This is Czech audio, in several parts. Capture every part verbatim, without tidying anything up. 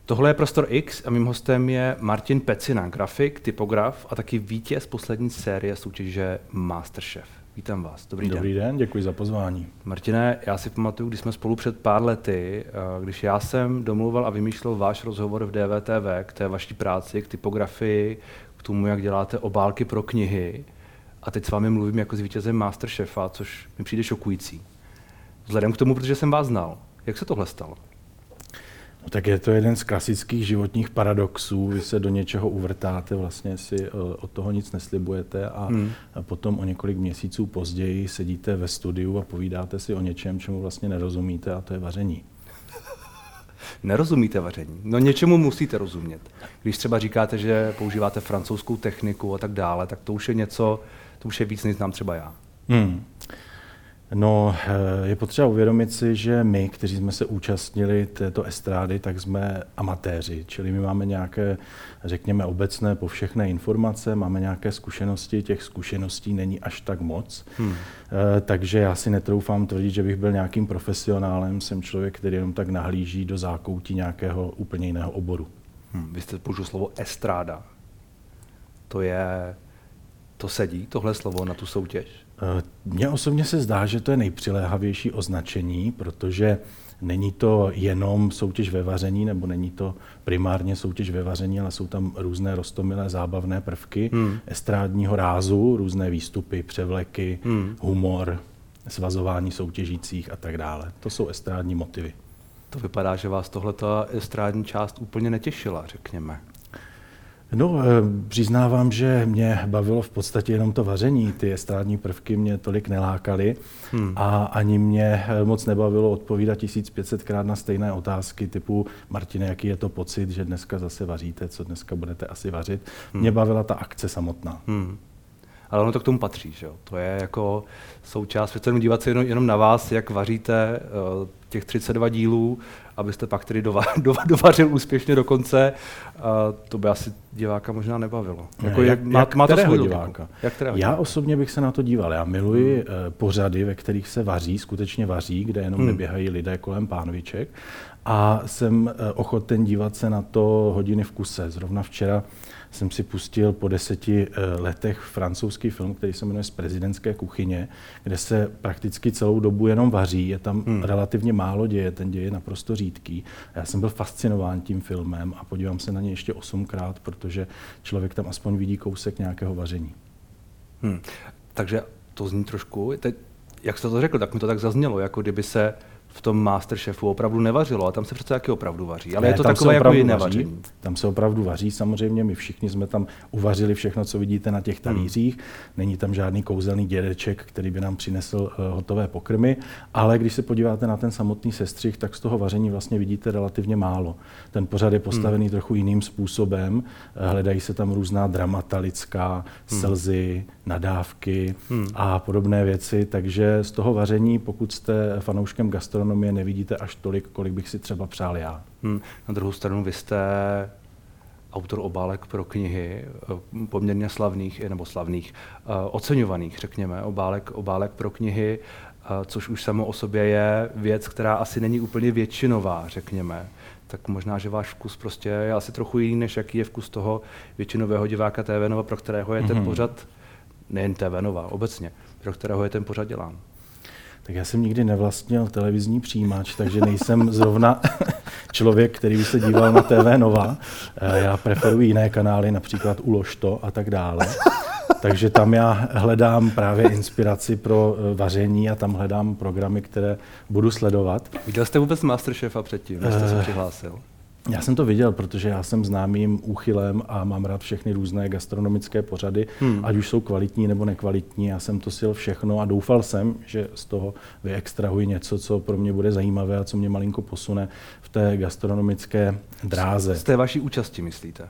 Tohle je Prostor X a mým hostem je Martin Pecina, grafik, typograf a taky vítěz poslední série soutěže MasterChef. Vítám vás. Dobrý den. Dobrý den, děkuji za pozvání. Martine, já si pamatuju, když jsme spolu před pár lety, když já jsem domluval a vymýšlel váš rozhovor v D V T V k té vaší práci, k typografii, k tomu, jak děláte obálky pro knihy. A teď s vámi mluvím jako s vítězem MasterChefa, což mi přijde šokující. Vzhledem k tomu, protože jsem vás znal. Jak se tohle stalo? No, tak je to jeden z klasických životních paradoxů. Vy se do něčeho uvrtáte, vlastně si od toho nic neslibujete a, hmm. a potom o několik měsíců později sedíte ve studiu a povídáte si o něčem, čemu vlastně nerozumíte, a to je vaření. Nerozumíte vaření? No něčemu musíte rozumět. Když třeba říkáte, že používáte francouzskou techniku a tak dále, tak to už je něco, to už je víc, než znám třeba já. Hmm. No, je potřeba uvědomit si, že my, kteří jsme se účastnili této estrády, tak jsme amatéři, čili my máme nějaké, řekněme, obecné povšechné informace, máme nějaké zkušenosti, těch zkušeností není až tak moc, hmm. takže já si netroufám tvrdit, že bych byl nějakým profesionálem, jsem člověk, který jenom tak nahlíží do zákoutí nějakého úplně jiného oboru. Hmm. Vy jste použil slovo estráda. To je, to sedí, tohle slovo na tu soutěž? Mně osobně se zdá, že to je nejpřiléhavější označení, protože není to jenom soutěž ve vaření, nebo není to primárně soutěž ve vaření, ale jsou tam různé roztomilé zábavné prvky hmm. estrádního rázu, různé výstupy, převleky, hmm. humor, svazování soutěžících a tak dále. To jsou estrádní motivy. To vypadá, že vás tohleta estrádní část úplně netěšila, řekněme. No, přiznávám, že mě bavilo v podstatě jenom to vaření. Ty estrádní prvky mě tolik nelákaly hmm. a ani mě moc nebavilo odpovídat tisíc pět set krát na stejné otázky typu Martine, jaký je to pocit, že dneska zase vaříte, co dneska budete asi vařit. Hmm. Mě bavila ta akce samotná. Hmm. Ale ono to k tomu patří, že jo? To je jako součást, přece jenom dívat se jenom, jenom na vás, jak vaříte uh, těch třicet dva dílů, abyste pak tedy dova, dova, dovařil úspěšně do konce. Uh, to by asi diváka možná nebavilo. Ne, jako jak, má, jak má to svůj diváka? Jak Já diváka? osobně bych se na to díval. Já miluji hmm. uh, pořady, ve kterých se vaří, skutečně vaří, kde jenom hmm. neběhají lidé kolem pánviček. A jsem uh, ochoten dívat se na to hodiny v kuse. Zrovna včera jsem si pustil po deseti letech francouzský film, který se jmenuje Z prezidentské kuchyně, kde se prakticky celou dobu jenom vaří, je tam hmm. relativně málo děje, ten děj je naprosto řídký. A já jsem byl fascinován tím filmem a podívám se na něj ještě osmkrát, protože člověk tam aspoň vidí kousek nějakého vaření. Hmm. Takže to zní trošku, teď, jak jste to řekl, tak mi to tak zaznělo, jako kdyby se v tom MasterChefu opravdu nevařilo, a tam se přece taky opravdu vaří, ale ne, je to takové jako jiné vaření. Tam se opravdu vaří, samozřejmě, my všichni jsme tam uvařili všechno, co vidíte na těch talířích, hmm. není tam žádný kouzelný dědeček, který by nám přinesl uh, hotové pokrmy, ale když se podíváte na ten samotný sestřih, tak z toho vaření vlastně vidíte relativně málo. Ten pořad je postavený hmm. trochu jiným způsobem, hledají se tam různá dramata lidská, hmm. slzy, nadávky hmm. a podobné věci, takže z toho vaření, pokud jste fanouškem gastronomie, nevidíte až tolik, kolik bych si třeba přál já. Hmm. Na druhou stranu vy jste autor obálek pro knihy, poměrně slavných, nebo slavných, oceňovaných, řekněme, obálek, obálek pro knihy, což už samo o sobě je věc, která asi není úplně většinová, řekněme. Tak možná, že váš vkus prostě je asi trochu jiný, než jaký je vkus toho většinového diváka T V Nova, pro kterého je ten mm-hmm. pořad, nejen T V Nova, obecně, pro kterého je ten pořad dělán. Tak já jsem nikdy nevlastnil televizní přijímač, takže nejsem zrovna člověk, který by se díval na T V Nova. Já preferuji jiné kanály, například Ulož to a tak dále. Takže tam já hledám právě inspiraci pro vaření a tam hledám programy, které budu sledovat. Viděl jste vůbec MasterChefa předtím, než jste se přihlásil? Já jsem to viděl, protože já jsem známým úchylem a mám rád všechny různé gastronomické pořady, hmm. ať už jsou kvalitní nebo nekvalitní. Já jsem to sil všechno a doufal jsem, že z toho vyextrahuji něco, co pro mě bude zajímavé a co mě malinko posune v té gastronomické dráze. Z té vaší účasti, myslíte?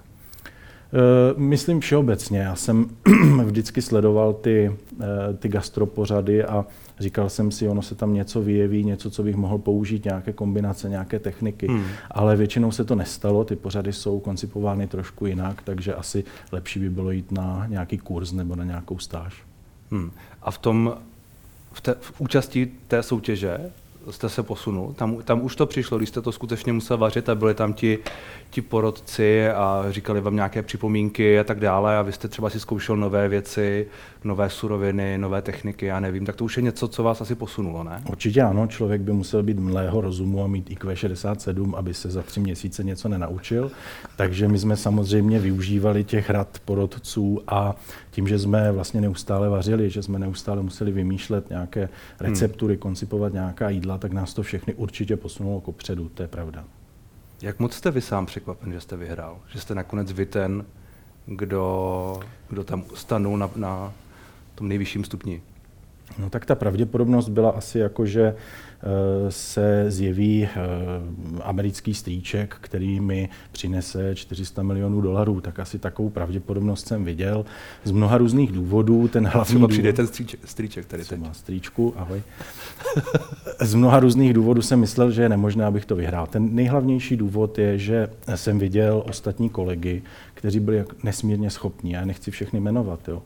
Myslím všeobecně. Já jsem vždycky sledoval ty, ty gastropořady a říkal jsem si, ono se tam něco vyjeví, něco, co bych mohl použít, nějaké kombinace, nějaké techniky, hmm. ale většinou se to nestalo, ty pořady jsou koncipovány trošku jinak, takže asi lepší by bylo jít na nějaký kurz nebo na nějakou stáž. Hmm. A v tom, v, té, v účasti té soutěže jste se posunul, tam, tam už to přišlo, když jste to skutečně musel vařit a byli tam ti, ti porodci a říkali vám nějaké připomínky a tak dále a vy jste třeba si zkoušel nové věci, nové suroviny, nové techniky, já nevím, tak to už je něco, co vás asi posunulo, ne? Určitě ano, člověk by musel být mlého rozumu a mít í kvé šedesát sedm, aby se za tři měsíce něco nenaučil, takže my jsme samozřejmě využívali těch rad porodců a tím, že jsme vlastně neustále vařili, že jsme neustále museli vymýšlet nějaké receptury, hmm. koncipovat nějaká jídla, tak nás to všechny určitě posunulo kupředu, to je pravda. Jak moc jste vy sám překvapen, že jste vyhrál? Že jste nakonec vy ten, kdo, kdo tam stanul na, na tom nejvyšším stupni? No tak ta pravděpodobnost byla asi jako, že se zjeví americký strýček, který mi přinese čtyři sta milionů dolarů, tak asi takovou pravděpodobnost jsem viděl. Z mnoha různých důvodů. Ten hlavní třeba přijde důvod, ten strýček, strýček tady teď. Strýčku, ahoj. Z mnoha různých důvodů jsem myslel, že je nemožné, abych to vyhrál. Ten nejhlavnější důvod je, že jsem viděl ostatní kolegy, kteří byli nesmírně schopní. Já nechci všechny jmenovat, jo.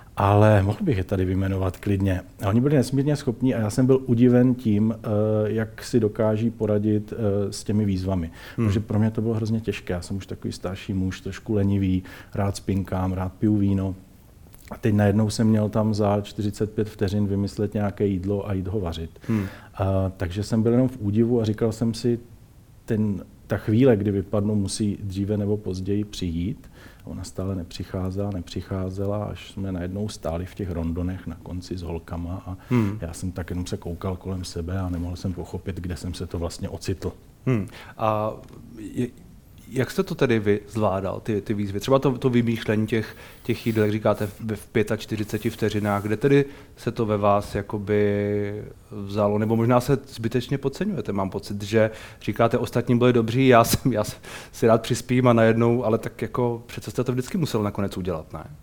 Ale mohl bych je tady vyjmenovat klidně. A oni byli nesmírně schopní a já jsem byl udiven tím, jak si dokáží poradit s těmi výzvami. Hmm. Protože pro mě to bylo hrozně těžké. Já jsem už takový starší muž, trošku lenivý, rád spinkám, rád piju víno. A teď najednou jsem měl tam za čtyřicet pět vteřin vymyslet nějaké jídlo a jít ho vařit. Hmm. A, takže jsem byl jenom v údivu a říkal jsem si, ten, ta chvíle, kdy vypadnu, musí dříve nebo později přijít. Ona stále nepřicházela, nepřicházela, až jsme najednou stáli v těch rondonech na konci s holkama a hmm. já jsem tak jenom se koukal kolem sebe a nemohl jsem pochopit, kde jsem se to vlastně ocitl. Hmm. A je, jak jste to tedy vy zvládal, ty, ty výzvy? Třeba to, to vymýšlení těch, těch jídel, jak říkáte, v čtyřiceti pěti vteřinách, kde tedy se to ve vás jakoby vzalo? Nebo možná se zbytečně podceňujete? Mám pocit, že říkáte, ostatní byli dobří, já, jsem, já si rád přispím a najednou, ale tak jako přece jste to vždycky musel nakonec udělat, ne?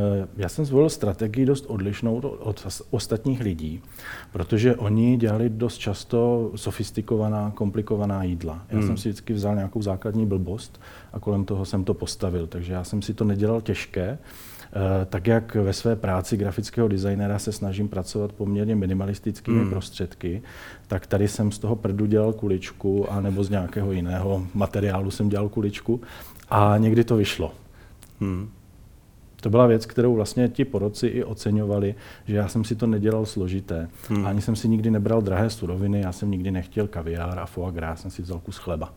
Já jsem zvolil strategii dost odlišnou od ostatních lidí, protože oni dělali dost často sofistikovaná, komplikovaná jídla. Já hmm. jsem si vždycky vzal nějakou základní blbost a kolem toho jsem to postavil, takže já jsem si to nedělal těžké. Tak jak ve své práci grafického designéra se snažím pracovat poměrně minimalistickými hmm. prostředky, tak tady jsem z toho prdu dělal kuličku a nebo z nějakého jiného materiálu jsem dělal kuličku a někdy to vyšlo. Hmm. To byla věc, kterou vlastně ti porodci i oceňovali, že já jsem si to nedělal složité. Hmm. Ani jsem si nikdy nebral drahé suroviny, já jsem nikdy nechtěl kaviár a foie gras, jsem si vzal kus chleba.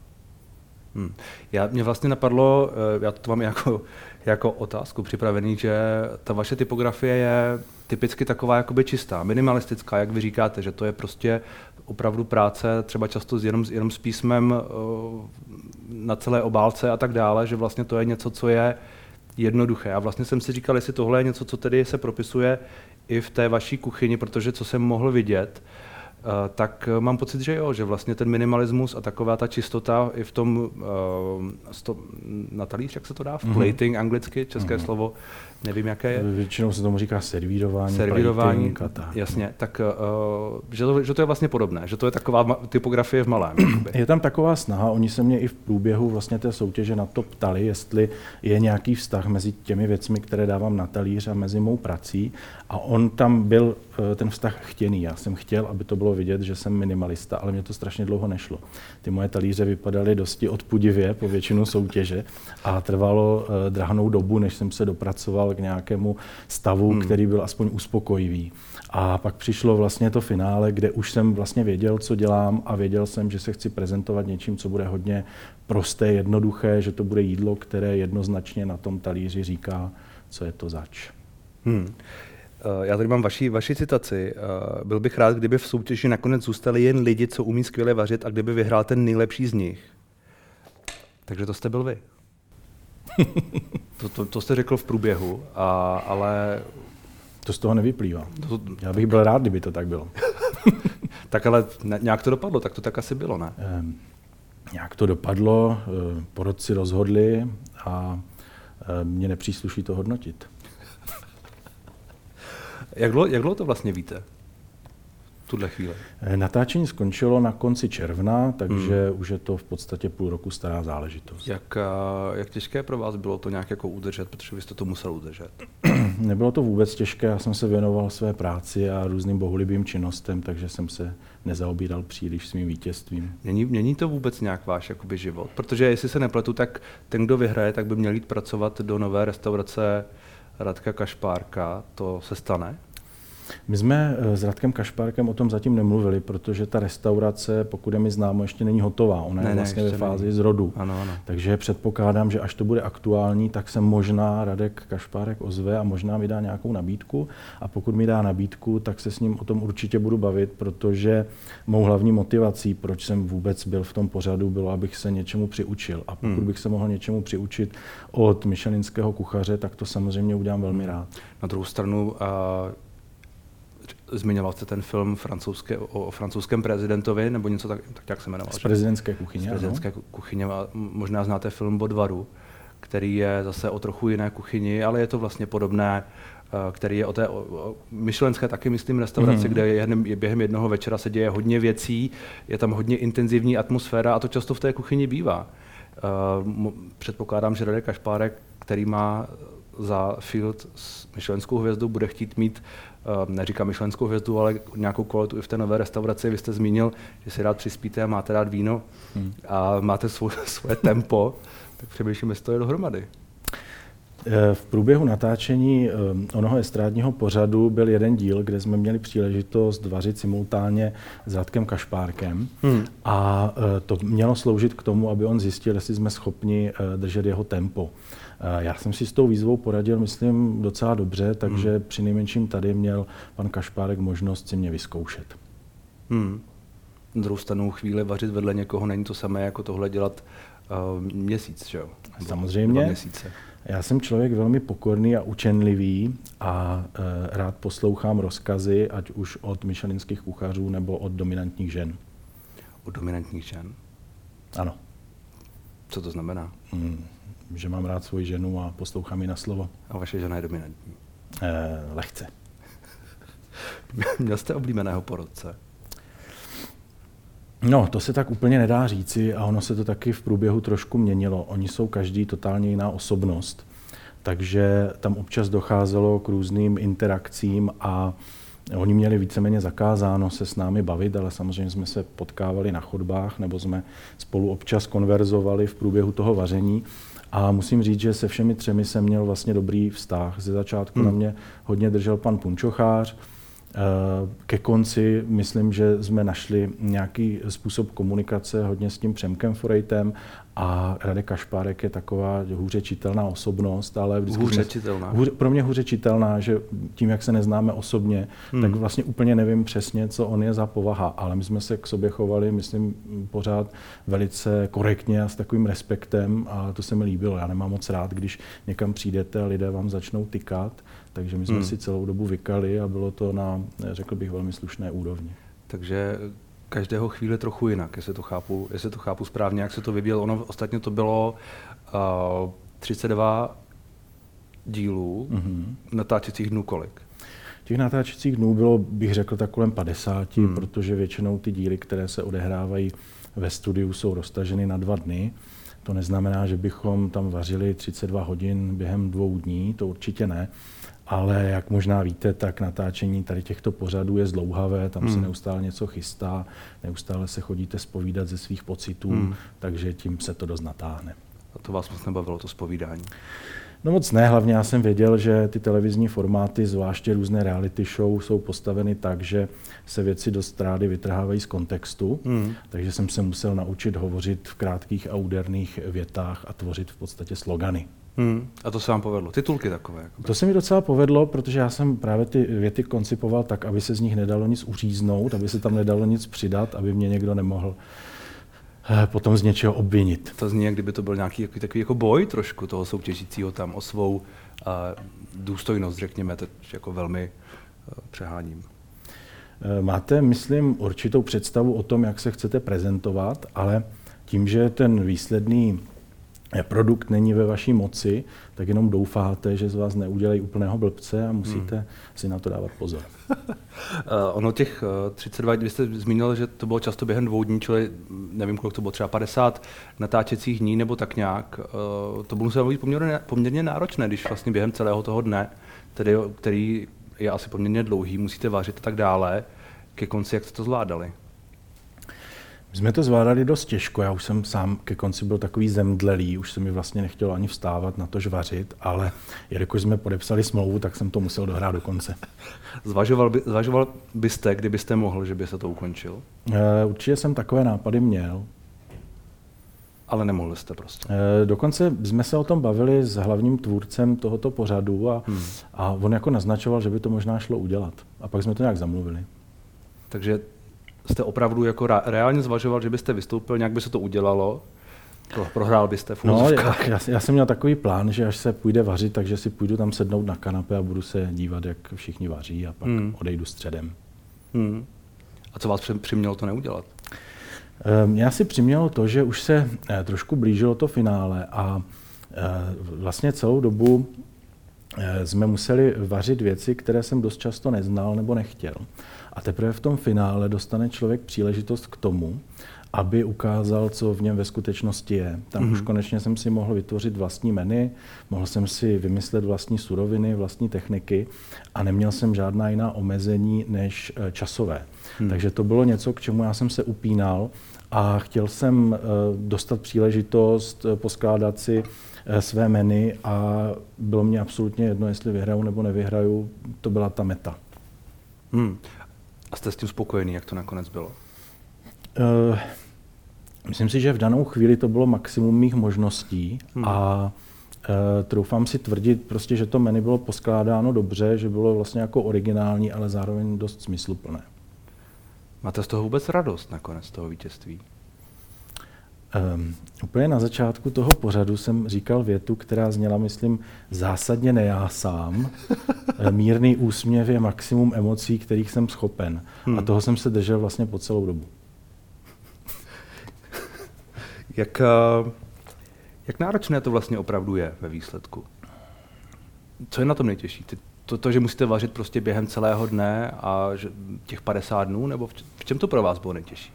Hmm. Já, mě vlastně napadlo, já to mám jako, jako otázku připravený, že ta vaše typografie je typicky taková jakoby čistá, minimalistická, jak vy říkáte, že to je prostě opravdu práce třeba často jenom, jenom s písmem na celé obálce a tak dále, že vlastně to je něco, co je jednoduché. A vlastně jsem si říkal, jestli tohle je něco, co tedy se propisuje i v té vaší kuchyni, protože co jsem mohl vidět, tak mám pocit, že jo, že vlastně ten minimalismus a taková ta čistota i v tom, uh, na talíř, jak se to dá, v plating, mm-hmm. anglicky, české mm-hmm. slovo, nevím, jaké je. Většinou se tomu říká servírování, servírování, plating a tak. Jasně, tak uh, že, to, že to je vlastně podobné, že to je taková typografie v malém. Je tam taková snaha, oni se mě i v průběhu vlastně té soutěže na to ptali, jestli je nějaký vztah mezi těmi věcmi, které dávám na talíř a mezi mou prací a on tam byl ten vztah chtěný. Já jsem chtěl, aby to bylo vidět, že jsem minimalista, ale mě to strašně dlouho nešlo. Ty moje talíře vypadaly dosti odpudivě po většinu soutěže a trvalo uh, drahnou dobu, než jsem se dopracoval k nějakému stavu, hmm. který byl aspoň uspokojivý. A pak přišlo vlastně to finále, kde už jsem vlastně věděl, co dělám a věděl jsem, že se chci prezentovat něčím, co bude hodně prosté, jednoduché, že to bude jídlo, které jednoznačně na tom talíři říká, co je to zač. Hmm. Já tady mám vaši, vaši citaci. Byl bych rád, kdyby v soutěži nakonec zůstali jen lidi, co umí skvěle vařit a kdyby vyhrál ten nejlepší z nich. Takže to jste byl vy. to, to, to jste řekl v průběhu, a, ale... To z toho nevyplývá. To, Já bych byl rád, kdyby to tak bylo. Tak ale ne, nějak to dopadlo, tak to tak asi bylo, ne? Ehm, nějak to dopadlo, porodci rozhodli a mně nepřísluší to hodnotit. Jak dlouho, jak dlouho to vlastně víte? tuhle chvíli? Natáčení skončilo na konci června, takže hmm. už je to v podstatě půl roku stará záležitost. Jak, jak těžké pro vás bylo to nějak jako udržet, protože vy jste to musel udržet? Nebylo to vůbec těžké, já jsem se věnoval své práci a různým bohulibým činnostem, takže jsem se nezaobíral příliš svým vítězstvím. Mění, mění to vůbec nějak váš jakoby, život? Protože jestli se nepletu, tak ten, kdo vyhraje, tak by měl jít pracovat do nové restaurace Radka Kašpárka. To se stane? My jsme s Radkem Kašpárkem o tom zatím nemluvili, protože ta restaurace, pokud je mi známo, ještě není hotová. Ona ne, je vlastně ne, ve fázi není. zrodu. Ano, ano. Takže předpokládám, že až to bude aktuální, tak se možná Radek Kašpárek ozve a možná mi dá nějakou nabídku. A pokud mi dá nabídku, tak se s ním o tom určitě budu bavit, protože mou hlavní motivací, proč jsem vůbec byl v tom pořadu, bylo, abych se něčemu přiučil. A pokud hmm. bych se mohl něčemu přiučit od michelinského kuchaře, tak to samozřejmě udělám velmi rád. Na druhou stranu, uh... zmiňoval jste ten film francouzské, o, o francouzském prezidentovi, nebo něco tak, tak jak se jmenoval? Z prezidentské kuchyně. Z prezidentské ano. kuchyně. A možná znáte film Bodvaru, který je zase o trochu jiné kuchyni, ale je to vlastně podobné, který je o té o michelinské taky, myslím, restauraci, mm. kde je, během jednoho večera se děje hodně věcí, je tam hodně intenzivní atmosféra a to často v té kuchyni bývá. Předpokládám, že Radek Kašpárek, který má za Field s michelinskou hvězdou, bude chtít mít, neříkám michelinskou hvězdu, ale nějakou kvalitu i v té nové restauraci. Vy jste zmínil, že si rád přispíte a máte rád víno hmm. a máte svoj, svoje tempo, tak přemýšlím, jestli to je dohromady. V průběhu natáčení onoho estrádního pořadu byl jeden díl, kde jsme měli příležitost vařit simultánně s Radkem Kašpárkem hmm. a to mělo sloužit k tomu, aby on zjistil, jestli jsme schopni držet jeho tempo. Já jsem si s tou výzvou poradil, myslím, docela dobře, takže hmm. přinejmenším tady měl pan Kašpárek možnost si mě vyzkoušet. Hmm. Na druhou stranu chvíli vařit vedle někoho není to samé, jako tohle dělat uh, měsíc, že jo? Samozřejmě. Já jsem člověk velmi pokorný a učenlivý a e, rád poslouchám rozkazy, ať už od michelinských kuchařů nebo od dominantních žen. Od dominantních žen? Ano. Co to znamená? Hmm, že mám rád svoji ženu a poslouchám ji na slovo. A vaše žena je dominantní? E, lehce. Měl jste oblíbeného porodce? No, to se tak úplně nedá říci a ono se to taky v průběhu trošku měnilo. Oni jsou každý totálně jiná osobnost, takže tam občas docházelo k různým interakcím a oni měli víceméně zakázáno se s námi bavit, ale samozřejmě jsme se potkávali na chodbách nebo jsme spolu občas konverzovali v průběhu toho vaření. A musím říct, že se všemi třemi jsem měl vlastně dobrý vztah. Ze začátku hmm. na mě hodně držel pan punčochář. Ke konci myslím, že jsme našli nějaký způsob komunikace hodně s tím Přemkem Forejtem a Radek Kašpárek je taková hůře čitelná osobnost, ale vždycky hůře čitelná. Hůře, pro mě hůře čitelná, že tím, jak se neznáme osobně, hmm. tak vlastně úplně nevím přesně, co on je za povaha, ale my jsme se k sobě chovali, myslím, pořád velice korektně a s takovým respektem a to se mi líbilo. Já nemám moc rád, když někam přijdete a lidé vám začnou tykat, takže my jsme hmm. si celou dobu vykali a bylo to na, řekl bych, velmi slušné úrovni. Takže každého chvíli trochu jinak, jestli to chápu, jestli to chápu správně, jak se to vyvíjelo. Ono ostatně to bylo uh, třicet dva dílů, mm-hmm. natáčecích dnů kolik? Těch natáčecích dnů bylo, bych řekl, tak kolem padesát, hmm. protože většinou ty díly, které se odehrávají ve studiu, jsou roztaženy na dva dny. To neznamená, že bychom tam vařili třicet dva hodin během dvou dní, to určitě ne. Ale jak možná víte, tak natáčení tady těchto pořadů je zdlouhavé, tam hmm. se neustále něco chystá, neustále se chodíte zpovídat ze svých pocitů, hmm. takže tím se to dost natáhne. A to vás moc nebavilo, to zpovídání? No moc ne, hlavně já jsem věděl, že ty televizní formáty, zvláště různé reality show, jsou postaveny tak, že se věci dost rády vytrhávají z kontextu, hmm. takže jsem se musel naučit hovořit v krátkých a úderných větách a tvořit v podstatě slogany. Hmm. A to se vám povedlo? Titulky takové? Jakoby. To se mi docela povedlo, protože já jsem právě ty věty koncipoval tak, aby se z nich nedalo nic uříznout, aby se tam nedalo nic přidat, aby mě někdo nemohl potom z něčeho obvinit. To zní, jak kdyby to byl nějaký takový jako boj trošku toho soutěžícího tam o svou uh, důstojnost, řekněme, teď jako velmi uh, přeháním. Máte, myslím, určitou představu o tom, jak se chcete prezentovat, ale tím, že ten výsledný produkt není ve vaší moci, tak jenom doufáte, že z vás neudělají úplného blbce a musíte hmm. si na to dávat pozor. uh, ono těch uh, třicet dva, vy jste zmínil, že to bylo často během dvou dní, čili nevím, kolik to bylo, třeba padesát natáčecích dní nebo tak nějak. Uh, to muselo být poměrně, poměrně náročné, když vlastně během celého toho dne, tedy, který je asi poměrně dlouhý, musíte vařit a tak dále. Ke konci, jak jste to zvládali? My jsme to zvládali dost těžko, já už jsem sám ke konci byl takový zemdlelý, už se mi vlastně nechtělo ani vstávat na to žvařit, ale jelikož jsme podepsali smlouvu, tak jsem to musel dohrát do konce. Zvažoval, by, zvažoval byste, kdybyste mohl, že by se to ukončil? E, určitě jsem takové nápady měl. Ale nemohli jste prostě. E, dokonce jsme se o tom bavili s hlavním tvůrcem tohoto pořadu a, hmm. a on jako naznačoval, že by to možná šlo udělat. A pak jsme to nějak zamluvili. Takže jste opravdu jako reálně zvažoval, že byste vystoupil, nějak by se to udělalo, to prohrál byste v No, já, já jsem měl takový plán, že až se půjde vařit, takže si půjdu tam sednout na kanapě a budu se dívat, jak všichni vaří a pak hmm. odejdu středem. Hmm. A co vás přimělo to neudělat? Mě si přimělo to, že už se trošku blížilo to finále a vlastně celou dobu jsme museli vařit věci, které jsem dost často neznal nebo nechtěl. A teprve v tom finále dostane člověk příležitost k tomu, aby ukázal, co v něm ve skutečnosti je. Tam mm-hmm. už konečně jsem si mohl vytvořit vlastní menu, mohl jsem si vymyslet vlastní suroviny, vlastní techniky a neměl jsem žádná jiná omezení než časové. Mm. Takže to bylo něco, k čemu já jsem se upínal a chtěl jsem dostat příležitost poskládat si své menu a bylo mě absolutně jedno, jestli vyhraju nebo nevyhraju, to byla ta meta. Hmm. A jste s tím spokojený, jak to nakonec bylo? Uh, myslím si, že v danou chvíli to bylo maximum mých možností hmm. a uh, troufám si tvrdit, prostě, že to menu bylo poskládáno dobře, že bylo vlastně jako originální, ale zároveň dost smysluplné. Máte z toho vůbec radost nakonec, toho vítězství? Um, úplně na začátku toho pořadu jsem říkal větu, která zněla, myslím, zásadně ne já sám. Mírný úsměv je maximum emocí, kterých jsem schopen. Hmm. A toho jsem se držel vlastně po celou dobu. jak, jak náročné to vlastně opravdu je ve výsledku? Co je na tom nejtěžší? To, to, že musíte vařit prostě během celého dne a že těch padesát dnů? Nebo v čem to pro vás bylo nejtěžší?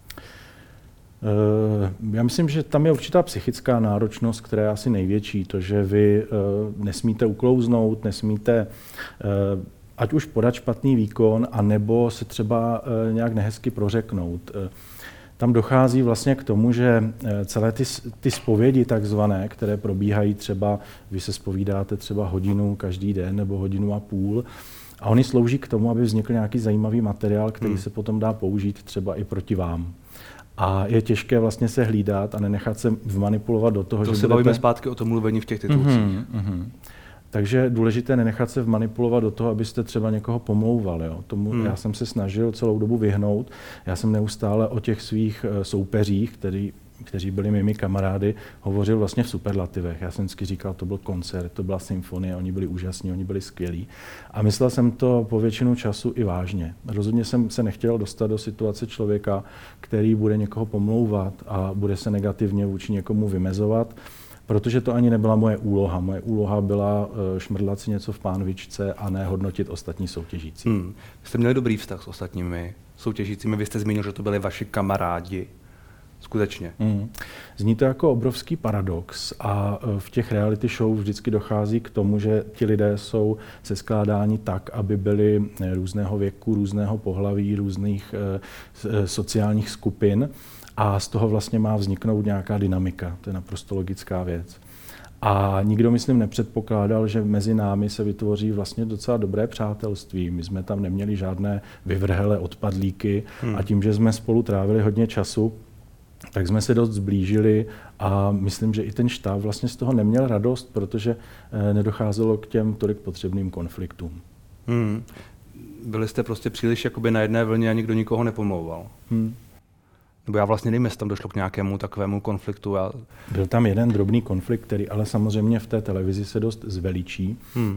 Já myslím, že tam je určitá psychická náročnost, která je asi největší. To, že vy nesmíte uklouznout, nesmíte ať už podat špatný výkon, anebo se třeba nějak nehezky prořeknout. Tam dochází vlastně k tomu, že celé ty, ty zpovědi takzvané, které probíhají třeba, vy se zpovídáte třeba hodinu každý den nebo hodinu a půl, a oni slouží k tomu, aby vznikl nějaký zajímavý materiál, který hmm. se potom dá použít třeba i proti vám. A je těžké vlastně se hlídat a nenechat se vmanipulovat do toho, to že se budete... bavíme zpátky o tom mluvení v těch titulcích. Mm-hmm, mm-hmm. Takže je důležité nenechat se vmanipulovat do toho, abyste třeba někoho pomlouval. Jo. Tomu hmm. já jsem se snažil celou dobu vyhnout. Já jsem neustále o těch svých soupeřích, který, kteří byli mými kamarády, hovořil vlastně v superlativech. Já jsem vždycky říkal, to byl koncert, to byla symfonie, oni byli úžasní, oni byli skvělí. A myslel jsem to po většinu času i vážně. Rozhodně jsem se nechtěl dostat do situace člověka, který bude někoho pomlouvat a bude se negativně vůči někomu vymezovat, protože to ani nebyla moje úloha. Moje úloha byla šmrdlat si něco v pánvičce a ne hodnotit ostatní soutěžící. Hmm. Vy jste měli dobrý vztah s ostatními soutěžícími, vy jste zmínil, že to byli vaši kamarádi. Skutečně. Hmm. Zní to jako obrovský paradox a v těch reality show vždycky dochází k tomu, že ti lidé jsou seskládáni tak, aby byli různého věku, různého pohlaví, různých e, sociálních skupin a z toho vlastně má vzniknout nějaká dynamika. To je naprosto logická věc. A nikdo, myslím, nepředpokládal, že mezi námi se vytvoří vlastně docela dobré přátelství. My jsme tam neměli žádné vyvrhelé odpadlíky hmm. a tím, že jsme spolu trávili hodně času, tak jsme se dost zblížili a myslím, že i ten štáb vlastně z toho neměl radost, protože nedocházelo k těm tolik potřebným konfliktům. Hmm. Byli jste prostě příliš jakoby na jedné vlně a nikdo nikoho nepomlouval. Hmm. Nebo já vlastně nevím, jestli tam došlo k nějakému takovému konfliktu. Já... Byl tam jeden drobný konflikt, který ale samozřejmě v té televizi se dost zveličí. Hmm.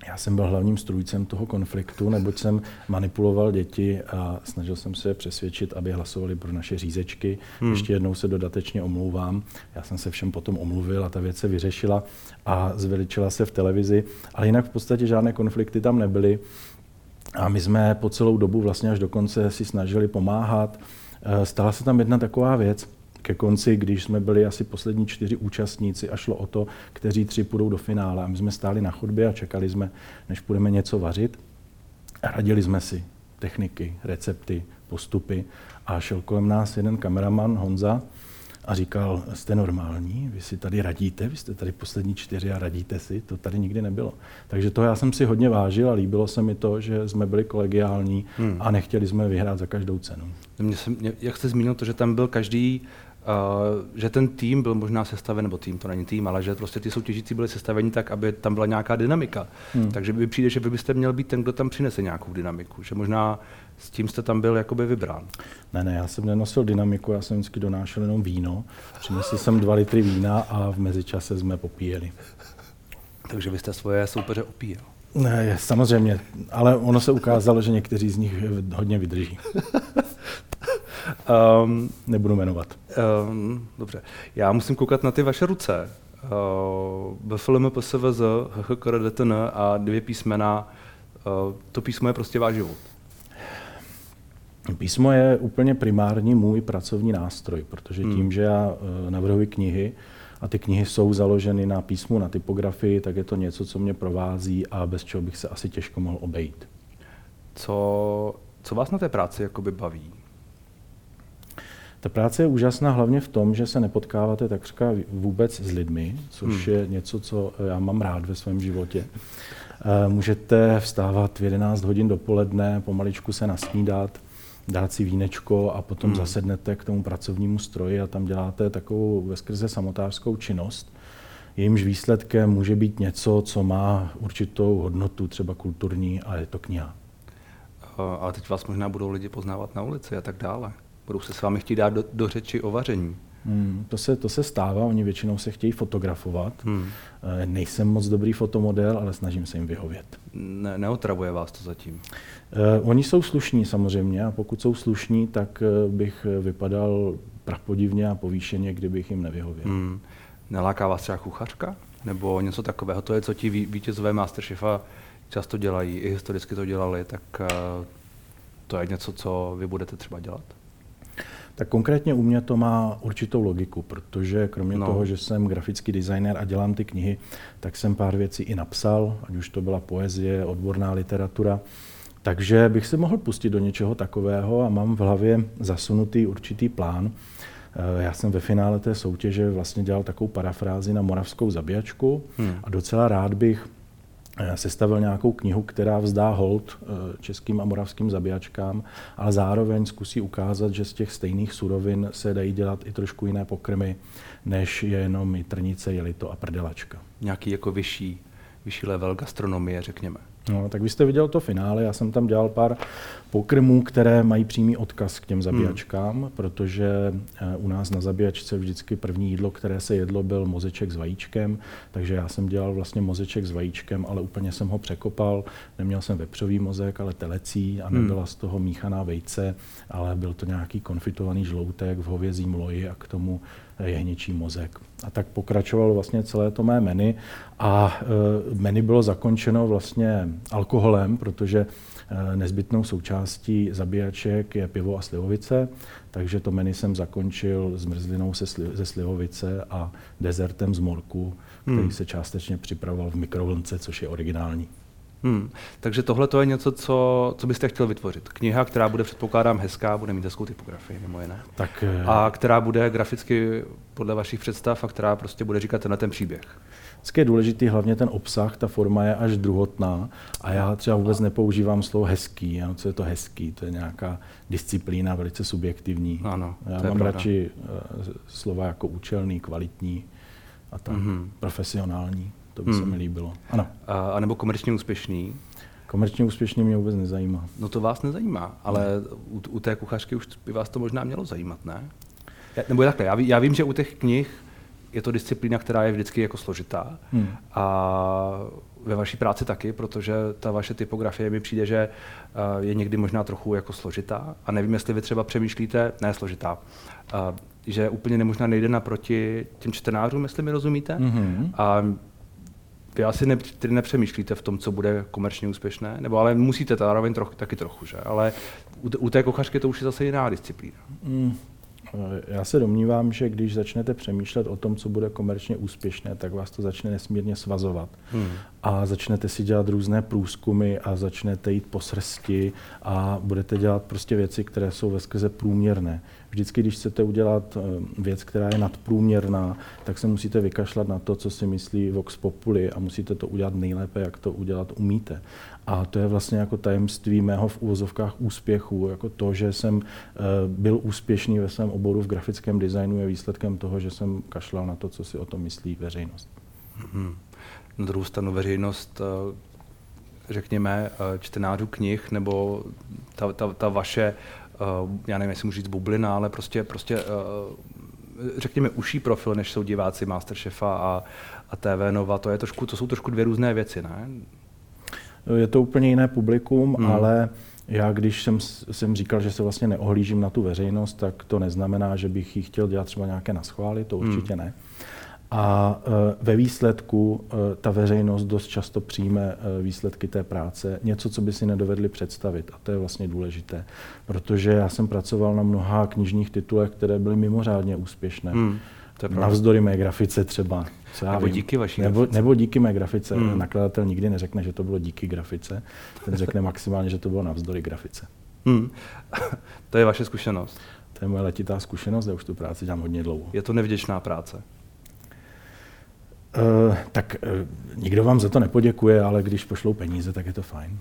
Já jsem byl hlavním strůjcem toho konfliktu, neboť jsem manipuloval děti a snažil jsem se je přesvědčit, aby hlasovali pro naše řízečky. Hmm. Ještě jednou se dodatečně omlouvám. Já jsem se všem potom omluvil a ta věc se vyřešila a zveličila se v televizi. Ale jinak v podstatě žádné konflikty tam nebyly. A my jsme po celou dobu vlastně až do konce si snažili pomáhat. Stala se tam jedna taková věc, ke konci, když jsme byli asi poslední čtyři účastníci a šlo o to, kteří tři půjdou do finále. A my jsme stáli na chodbě a čekali jsme, než budeme něco vařit. A radili jsme si techniky, recepty, postupy. A šel kolem nás jeden kameraman, Honza, a říkal, jste normální, vy si tady radíte, vy jste tady poslední čtyři a radíte si, to tady nikdy nebylo. Takže to já jsem si hodně vážil a líbilo se mi to, že jsme byli kolegiální hmm. a nechtěli jsme vyhrát za každou cenu. Mě se, mě, jak jste zmínil to, že tam byl každý, uh, že ten tým byl možná sestaven, nebo tým, to není tým, ale že prostě ty soutěžící byly sestaveni tak, aby tam byla nějaká dynamika. Hmm. Takže mi přijde, že vy byste měl být ten, kdo tam přinese nějakou dynamiku, že možná s tím jste tam byl jakoby vybrán. Ne, ne, já jsem nenosil dynamiku, já jsem vždycky donášel jenom víno. Přinesl jsem dva litry vína a v mezičase jsme popíjeli. Takže vy jste svoje soupeře opíjel. Ne, samozřejmě, ale ono se ukázalo, že někteří z nich hodně vydrží. um, Nebudu jmenovat. Um, dobře, já musím koukat na ty vaše ruce. B F L M P S V Z, H H K R D T N a dvě písmena. Uh, to písmo je prostě váš život. Písmo je úplně primární můj pracovní nástroj, protože tím, hmm. že já navrhuji knihy a ty knihy jsou založeny na písmu, na typografii, tak je to něco, co mě provází a bez čeho bych se asi těžko mohl obejít. Co, co vás na té práci jakoby baví? Ta práce je úžasná hlavně v tom, že se nepotkáváte takřka vůbec s lidmi, což hmm. je něco, co já mám rád ve svém životě. Můžete vstávat v jedenáct hodin dopoledne, pomaličku se nasnídat, dát si vínečko a potom hmm. zasednete k tomu pracovnímu stroji a tam děláte takovou veskrze samotářskou činnost. Jejímž výsledkem může být něco, co má určitou hodnotu, třeba kulturní, a je to kniha. Ale teď vás možná budou lidi poznávat na ulici a tak dále. Budou se s vámi chtít dát do, do řeči o vaření. Hmm, to, se, to se stává, oni většinou se chtějí fotografovat. Hmm. Nejsem moc dobrý fotomodel, ale snažím se jim vyhovět. Ne, neotravuje vás to zatím? Uh, oni jsou slušní samozřejmě a pokud jsou slušní, tak uh, bych vypadal prapodivně a povýšeně, kdybych jim nevyhověl. Hmm. Neláká vás třeba kuchařka? Nebo něco takového? To je, co ti vítězové Masterchefa často dělají, i historicky to dělali, tak uh, to je něco, co vy budete třeba dělat? Tak konkrétně u mě to má určitou logiku, protože kromě no. toho, že jsem grafický designer a dělám ty knihy, tak jsem pár věcí i napsal, ať už to byla poezie, odborná literatura. Takže bych se mohl pustit do něčeho takového a mám v hlavě zasunutý určitý plán. Já jsem ve finále té soutěže vlastně dělal takovou parafrázi na Moravskou zabíjačku hmm. a docela rád bych sestavil nějakou knihu, která vzdá hold českým a moravským zabíjačkám, ale zároveň zkusí ukázat, že z těch stejných surovin se dají dělat i trošku jiné pokrmy, než je jenom i trnice, jelito a prdelačka. Nějaký jako vyšší, vyšší level gastronomie, řekněme. No, tak vy jste viděl to finále, já jsem tam dělal pár pokrmů, které mají přímý odkaz k těm zabíjačkám, hmm. protože u nás na zabíjačce vždycky první jídlo, které se jedlo, byl mozeček s vajíčkem, takže já jsem dělal vlastně mozeček s vajíčkem, ale úplně jsem ho překopal, neměl jsem vepřový mozek, ale telecí a nebyla hmm. z toho míchaná vejce, ale byl to nějaký konfitovaný žloutek v hovězím loji a k tomu jehněčí mozek. A tak pokračovalo vlastně celé to mé menu a e, menu bylo zakončeno vlastně alkoholem, protože e, nezbytnou součástí zabíjaček je pivo a slivovice, takže to menu jsem zakončil zmrzlinou se sli, ze slivovice a dezertem z morku, který hmm. se částečně připravoval v mikrovlnce, což je originální. Hmm. Takže tohle to je něco, co, co byste chtěl vytvořit. Kniha, která bude, předpokládám, hezká, bude mít hezkou typografii, mimo jiné. Tak, a která bude graficky podle vašich představ a která prostě bude říkat tenhle ten příběh. Vždycky je důležitý hlavně ten obsah, ta forma je až druhotná a já třeba vůbec nepoužívám slovo hezký. Ano, co je to hezký? To je nějaká disciplína velice subjektivní. Ano, já mám pravda. radši uh, slova jako účelný, kvalitní a tak mm-hmm. profesionální. To by hmm. se mi líbilo. Ano. A, a nebo komerčně úspěšný? Komerčně úspěšný mě vůbec nezajímá. No to vás nezajímá, ale u, u té kuchařky už by vás to možná mělo zajímat, ne? Já, nebo takhle, já, ví, já vím, že u těch knih je to disciplína, která je vždycky jako složitá hmm. a ve vaší práci taky, protože ta vaše typografie mi přijde, že je někdy možná trochu jako složitá a nevím, jestli vy třeba přemýšlíte, ne složitá, že úplně nemožná nejde naproti těm čtenářům, jestli mi rozumíte. Mm-hmm. A vy asi ne, tedy nepřemýšlíte v tom, co bude komerčně úspěšné, nebo ale musíte zároveň troch, taky trochu, že? Ale u, u té kuchařky to už je zase jiná disciplína. Mm. Já se domnívám, že když začnete přemýšlet o tom, co bude komerčně úspěšné, tak vás to začne nesmírně svazovat. Hmm. A začnete si dělat různé průzkumy a začnete jít po srsti a budete dělat prostě věci, které jsou veskrze průměrné. Vždycky, když chcete udělat věc, která je nadprůměrná, tak se musíte vykašlat na to, co si myslí Vox Populi a musíte to udělat nejlépe, jak to udělat umíte. A to je vlastně jako tajemství mého v uvozovkách úspěchu, jako to, že jsem byl úspěšný ve svém oboru v grafickém designu, je výsledkem toho, že jsem kašlal na to, co si o tom myslí veřejnost. Hmm. Na druhou stranu veřejnost, řekněme, čtenářů knih, nebo ta, ta, ta vaše, já nevím, jestli můžu říct bublina, ale prostě, prostě řekněme uší profil, než jsou diváci Masterchefa a, a T V Nova, to, je trošku, to jsou trošku dvě různé věci, ne? Je to úplně jiné publikum, hmm. ale já, když jsem, jsem říkal, že se vlastně neohlížím na tu veřejnost, tak to neznamená, že bych jí chtěl dělat třeba nějaké naschvály, to určitě hmm. ne. A ve výsledku ta veřejnost dost často přijme výsledky té práce, něco, co by si nedovedli představit. A to je vlastně důležité, protože já jsem pracoval na mnoha knižních titulech, které byly mimořádně úspěšné. Hmm, Navzdory mé grafice třeba. Co já nebo vím. díky vaší nebo, nebo díky mé grafice. Hmm. Nakladatel nikdy neřekne, že to bylo díky grafice. Ten řekne maximálně, že to bylo navzdory grafice. Hmm. To je vaše zkušenost? To je moje letitá zkušenost, já už tu práci dělám hodně dlouho. Je to nevděčná práce? Uh, tak uh, nikdo vám za to nepoděkuje, ale když pošlou peníze, tak je to fajn.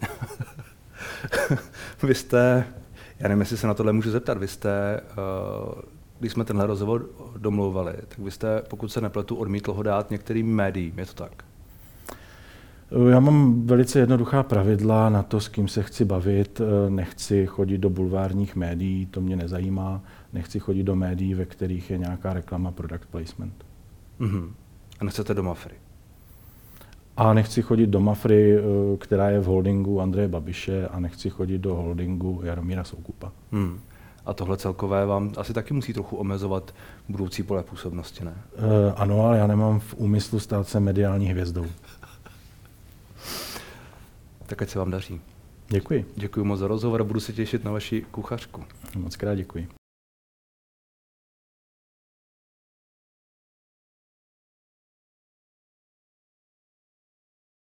Vy jste, já nevím, jestli se na tohle můžu zeptat, vy jste, uh, když jsme tenhle rozhovor domlouvali, tak vy jste, pokud se nepletu, odmítl ho dát některým médiím, je to tak? Uh, já mám velice jednoduchá pravidla na to, s kým se chci bavit. Uh, nechci chodit do bulvárních médií, to mě nezajímá. Nechci chodit do médií, ve kterých je nějaká reklama, product placement. Mm-hmm. A nechcete do Mafry? A nechci chodit do Mafry, která je v holdingu Andreje Babiše, a nechci chodit do holdingu Jaromíra Soukupa. Hmm. A tohle celkové vám asi taky musí trochu omezovat budoucí pole působnosti, ne? Uh, ano, ale já nemám v úmyslu stát se mediální hvězdou. Tak ať se vám daří. Děkuji. Děkuji moc za rozhovor a budu se těšit na vaši kuchařku. Moc krát děkuji.